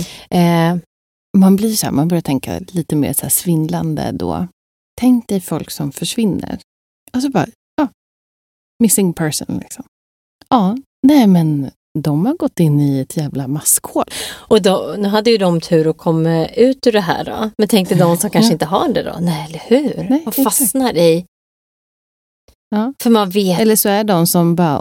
man blir så här, man börjar tänka lite mer så här svindlande då. Tänk dig folk som försvinner. Alltså bara, missing person liksom. Ja, nej men de har gått in i ett jävla maskhål. Och då, nu hade ju de tur att komma ut ur det här då. Men tänkte de som kanske inte har det då? Nej, eller hur? Nej, och fastnar i... Ja. För man vet... Eller så är de som bara,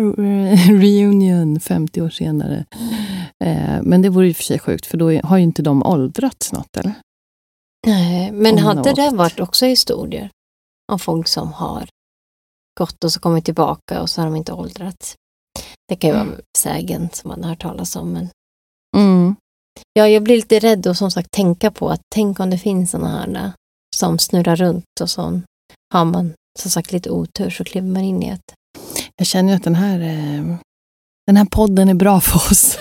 reunion 50 år senare. Men det vore ju för sig sjukt, för då har ju inte de åldrats något, eller? Nej, men hade det varit också historier om folk som har gått och så kommit tillbaka och så har de inte åldrats? Det kan ju vara sägen som man har hört talas om. Men... Ja, jag blir lite rädd och som sagt tänka på att tänk om det finns sådana här som snurrar runt och så har man som sagt lite otur så kliver man in i ett. Jag känner ju att den här podden är bra för oss.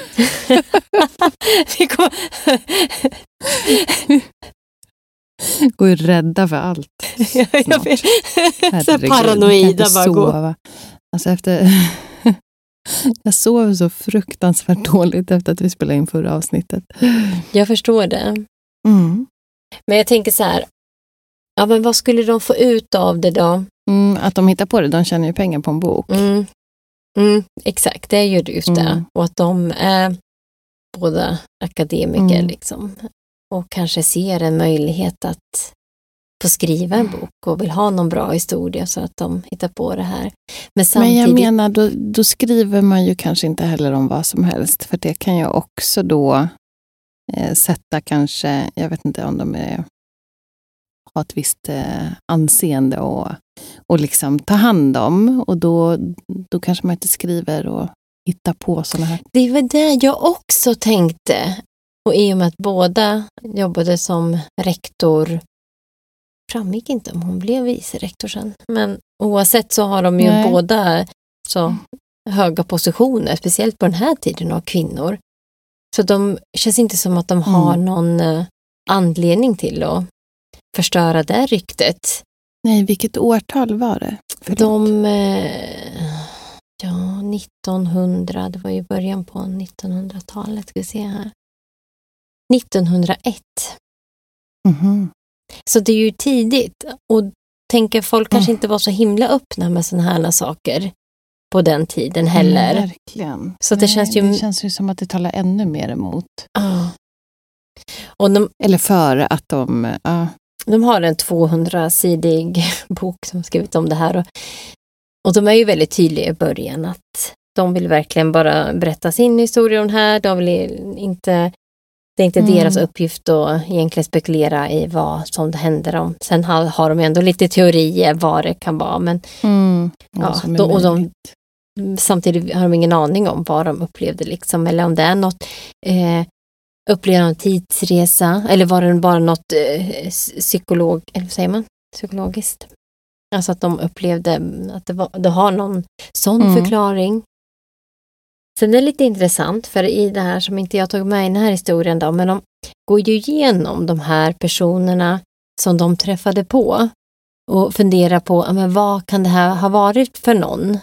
Går ju rädda för allt. Jag vet. Så paranoida bara gå. Alltså jag sov så fruktansvärt dåligt efter att vi spelade in förra avsnittet. Jag förstår det. Men jag tänker så här, ja men vad skulle de få ut av det då? Att de hittar på det, de tjänar ju pengar på en bok. Exakt, det är ju just det. Och att de är båda akademiker liksom. Och kanske ser en möjlighet att få skriva en bok och vill ha någon bra historia så att de hittar på det här. Men samtidigt... Men jag menar, då skriver man ju kanske inte heller om vad som helst. För det kan ju också då sätta kanske, jag vet inte om de har ett visst anseende och liksom ta hand om. Och då kanske man inte skriver och hittar på sådana här. Det var det jag också tänkte. Och i och med att båda jobbade som rektor, framgick inte om hon blev vice rektor sen. Men oavsett så har de ju båda så höga positioner, speciellt på den här tiden av kvinnor. Så de känns inte som att de har någon anledning till att förstöra det ryktet. Nej, vilket årtal var det? De, 1900, det var ju början på 1900-talet, ska vi se här. 1901. Mhm. Så det är ju tidigt. Och tänker folk kanske inte var så himla öppna med såna här saker på den tiden heller. Verkligen. Så det känns ju som att det talar ännu mer emot. Ja. Och Eller för att de har en 200-sidig bok som skrivit om det här. Och de är ju väldigt tydliga i början att de vill verkligen bara berätta sin historia om det här. De vill inte, det är inte deras uppgift att egentligen spekulera i vad som det händer om. Sen har de ändå lite teorier vad det kan vara. Men samtidigt har de ingen aning om vad de upplevde liksom. Eller om det är något upplevde en tidsresa. Eller var det bara något psykologiskt. Alltså att de upplevde att det har någon sån förklaring. Sen är det lite intressant för i det här som inte jag tog med i den här historien då, men de går ju igenom de här personerna som de träffade på och funderar på men vad kan det här ha varit för någon?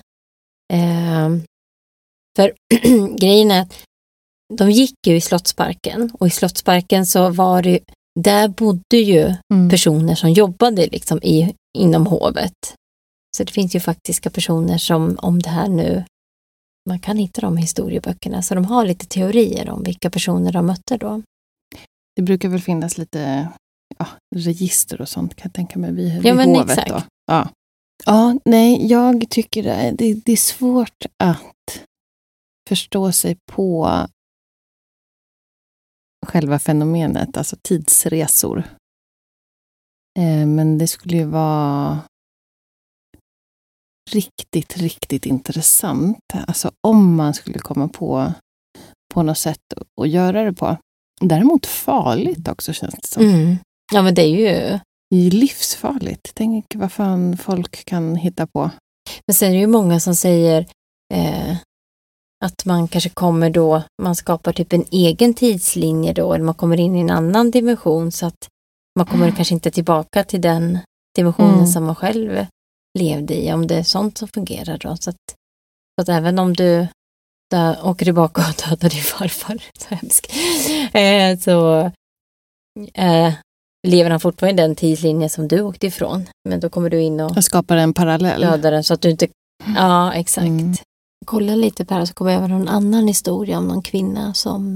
För grejen är att de gick ju i Slottsparken och i Slottsparken så var det där bodde ju personer som jobbade liksom inom hovet. Så det finns ju faktiska personer som om det här nu man kan hitta dem i historieböckerna. Så de har lite teorier om vilka personer de mötte då. Det brukar väl finnas lite register och sånt kan jag tänka mig vid hovet. Exakt. Då. Ja, nej, jag tycker det är svårt att förstå sig på själva fenomenet, alltså tidsresor. Men det skulle ju vara riktigt, riktigt intressant. Alltså om man skulle komma på något sätt att göra det på. Däremot farligt också känns det som. Ja, men det är ju livsfarligt. Tänk vad fan folk kan hitta på. Men sen är det ju många som säger att man kanske kommer då, man skapar typ en egen tidslinje då, eller man kommer in i en annan dimension så att man kommer kanske inte tillbaka till den dimensionen som man själv levde i, om det är sånt som fungerar då. Så att även om du åker tillbaka och dödar din farfar, så hemskt, så lever han fortfarande i den tidslinjen som du åkte ifrån. Men då kommer du in och skapar en parallell. Dödar den så att du inte... Ja, exakt. Kolla lite på här så kommer jag över någon annan historia om någon kvinna som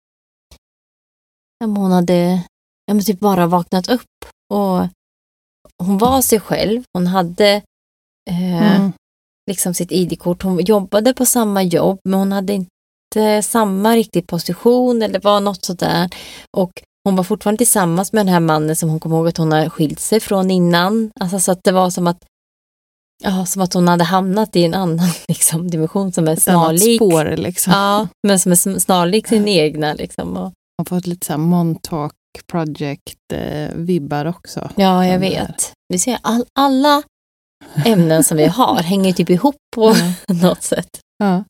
hon hade typ bara vaknat upp och hon var sig själv. Hon hade liksom sitt ID-kort. Hon jobbade på samma jobb men hon hade inte samma riktig position eller var något sådär. Och hon var fortfarande tillsammans med den här mannen som hon kom ihåg att hon hade skilt sig från innan. Alltså så att det var som att hon hade hamnat i en annan liksom, dimension som är snarlik. Spår, liksom. Ja, men som är snarlik sin egna. Liksom. Och hon har fått lite så här Montauk Project-vibbar också. Ja, jag vet. Vi ser alla ämnen som vi har hänger typ ihop på något sätt. Ja.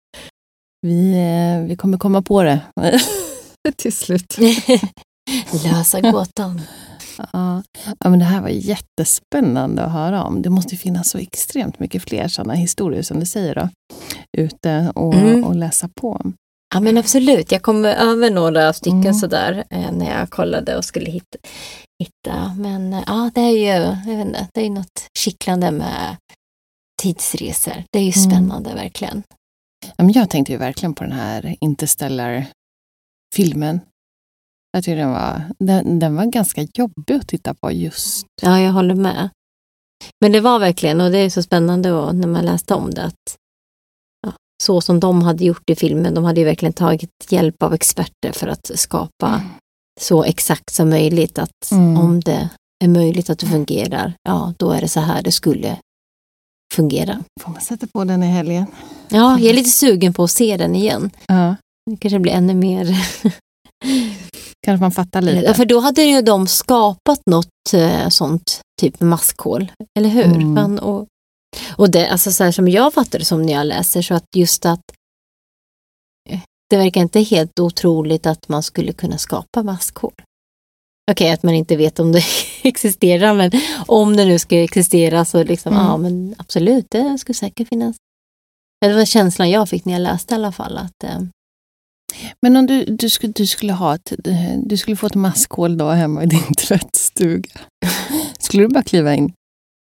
Vi kommer komma på det till slut. Lösa gåtan. Ja, men det här var jättespännande att höra om. Det måste finnas så extremt mycket fler sådana historier som du säger då. Ute och läsa på. Ja, men absolut. Jag kom över några stycken sådär när jag kollade och skulle hitta. Men ja, det är ju, jag vet inte, det är något kittlande med tidsresor. Det är ju spännande verkligen. Ja, men jag tänkte ju verkligen på den här Interstellar-filmen. Jag tycker den var ganska jobbig att titta på just. Ja, jag håller med. Men det var verkligen, och det är så spännande och när man läste om det, att så som de hade gjort i filmen, de hade ju verkligen tagit hjälp av experter för att skapa så exakt som möjligt att om det är möjligt att det fungerar, ja, då är det så här det skulle fungera. Får man sätta på den i helgen? Ja, jag är lite sugen på att se den igen. Ja. Det kanske blir ännu mer... Kanske man fattar lite. Ja, för då hade ju de skapat något sånt typ maskhål, eller hur? Och det, alltså så här som jag fattar det som när jag läser, så att just att det verkar inte helt otroligt att man skulle kunna skapa maskhål. Okej, att man inte vet om det existerar, men om det nu ska existera så liksom, ja men absolut, det skulle säkert finnas. Det var känslan jag fick när jag läste i alla fall, att Men om du skulle få ett maskhål då hemma i din tvättstuga. Skulle du bara kliva in?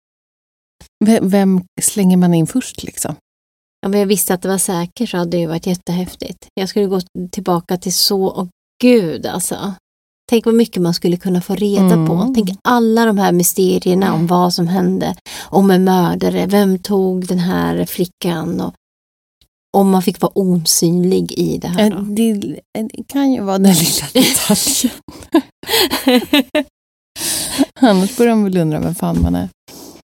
Vem slänger man in först liksom? Ja, men jag visste att det var säkert, så hade det ju varit jättehäftigt. Jag skulle gå tillbaka till gud alltså. Tänk vad mycket man skulle kunna få reda på. Tänk alla de här mysterierna om vad som hände. Om en mördare, vem tog den här flickan, och om man fick vara osynlig i det här. Det kan ju vara den lilla detaljen. Annars börjar de väl undra vem fan man är.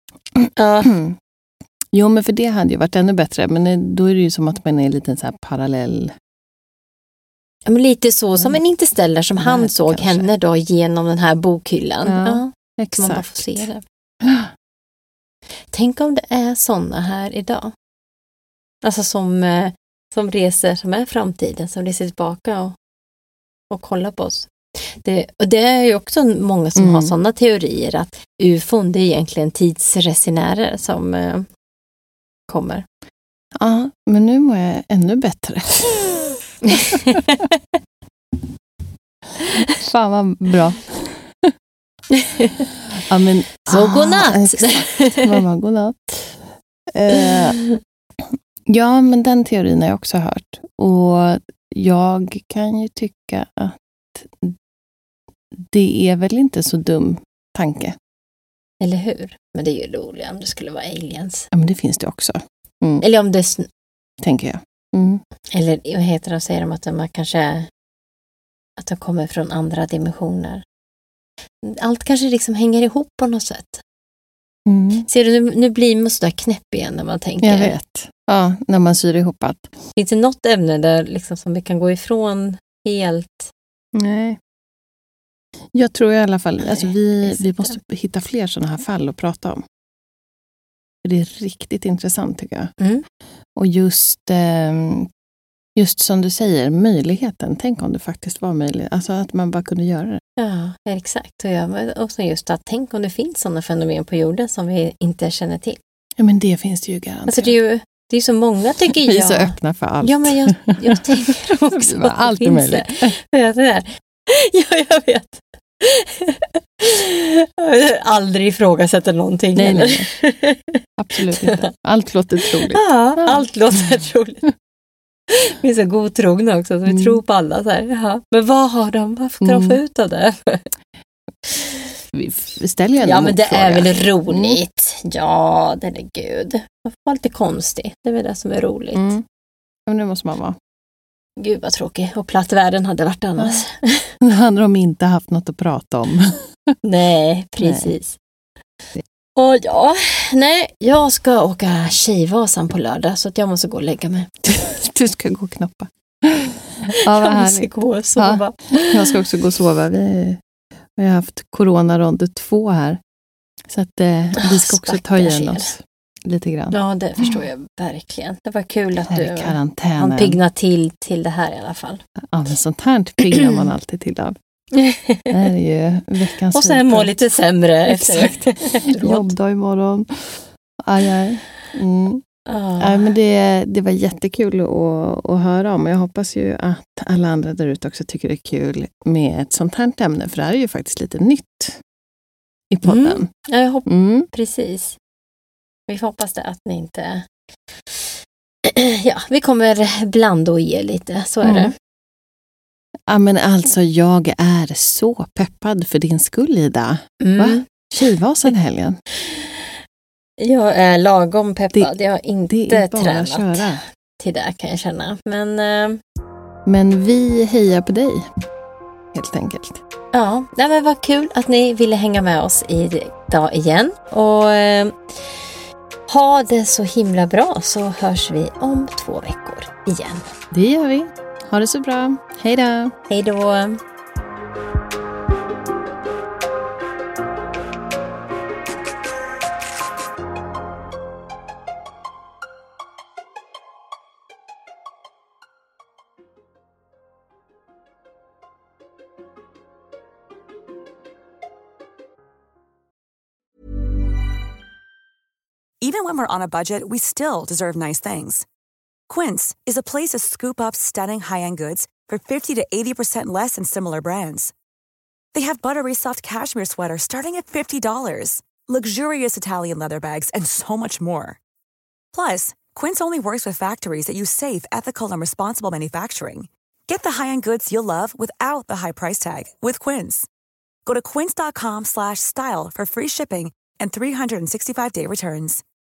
Jo, men för det hade ju varit ännu bättre. Men då är det ju som att man är en liten så här parallell. Ja, men lite så som en Interstellar som han såg kanske henne då genom den här bokhyllan. Ja, exakt. Man bara får se det. Tänk om det är sådana här idag. Alltså som reser, som är framtiden, som reser tillbaka och kollar på oss. Det är ju också många som har sådana teorier att UFOn, det är egentligen tidsresenärer som kommer. Ja, men nu mår jag ännu bättre. Fan vad bra. Ja, men, så godnatt. Mamma, godnatt. Ja, men den teorin har jag också hört. Och jag kan ju tycka att det är väl inte så dum tanke. Eller hur? Men det är ju roligt om det skulle vara aliens. Ja, men det finns det också. Eller om det tänker jag. Eller vad heter det, säger de att de kanske att de kommer från andra dimensioner. Allt kanske liksom hänger ihop på något sätt. Ser du, nu blir man så där knäpp igen när man tänker. Jag vet. Ja, när man syr ihop allt. Finns det något ämne där liksom som vi kan gå ifrån helt? Nej. Jag tror i alla fall, alltså vi måste hitta fler sådana här fall att prata om. Det är riktigt intressant tycker jag. Och just som du säger, möjligheten. Tänk om det faktiskt var möjligt. Alltså att man bara kunde göra det. Ja, exakt. Och så just att tänk om det finns sådana fenomen på jorden som vi inte känner till. Ja, men det finns det ju garanterat. Alltså det är så många tycker jag. Vi är så öppna för allt. Ja, men jag tänker också att allt det är finns möjligt. Ja, jag vet. Aldrig ifrågasätter någonting. Nej. Absolut inte. Allt låter troligt. Ja, allt låter troligt. Vi är så godtrogna också, så vi tror på alla. Så här. Jaha. Men varför ska de få ut av det? Vi ställer ju en men det är väl roligt. Ja, det är gud. Man får vara lite konstig. Det är väl det som är roligt. Men det måste man vara. Gud vad tråkigt. Och platt världen hade varit annars. Nu hade de inte haft något att prata om. Nej, precis. Och jag ska åka Tjejvasan på lördag så att jag måste gå och lägga mig. Du ska gå och knoppa. Ja, vad jag måste gå och sova. Ja, jag ska också gå och sova. Vi har haft corona-rond 2 här. Så att vi ska också ta igen oss lite grann. Ja, det förstår jag verkligen. Det var kul att du karantänen. Pigna till det här i alla fall. Ja, men sånt här pignar man alltid till av. Det här är ju veckans och sen må lite sämre efteråt. Jobbdag imorgon. Aj. Ja, men det var jättekul att höra om. Och jag hoppas ju att alla andra där ute också tycker det är kul med ett sånt här ämne. För det här är ju faktiskt lite nytt i podden. Ja, jag hoppas. Precis. Vi får hoppas det att ni inte... Ja, vi kommer blanda och ge lite. Så är det. Ja, men alltså jag är så peppad för din skull, Ida. Va? Tjejvasan helgen. Jag är lagom peppad. Jag har inte tränat köra till det kan jag känna. Men vi hejar på dig, helt enkelt. Ja, men vad kul att ni ville hänga med oss idag igen. Och ha det så himla bra, så hörs vi om 2 veckor igen. Det gör vi. Ha det så bra. Hej då. Hej då. Even when we're on a budget, we still deserve nice things. Quince is a place to scoop up stunning high-end goods for 50 to 80% less than similar brands. They have buttery soft cashmere sweaters starting at $50, luxurious Italian leather bags, and so much more. Plus, Quince only works with factories that use safe, ethical, and responsible manufacturing. Get the high-end goods you'll love without the high price tag with Quince. Go to quince.com/style for free shipping and 365-day returns.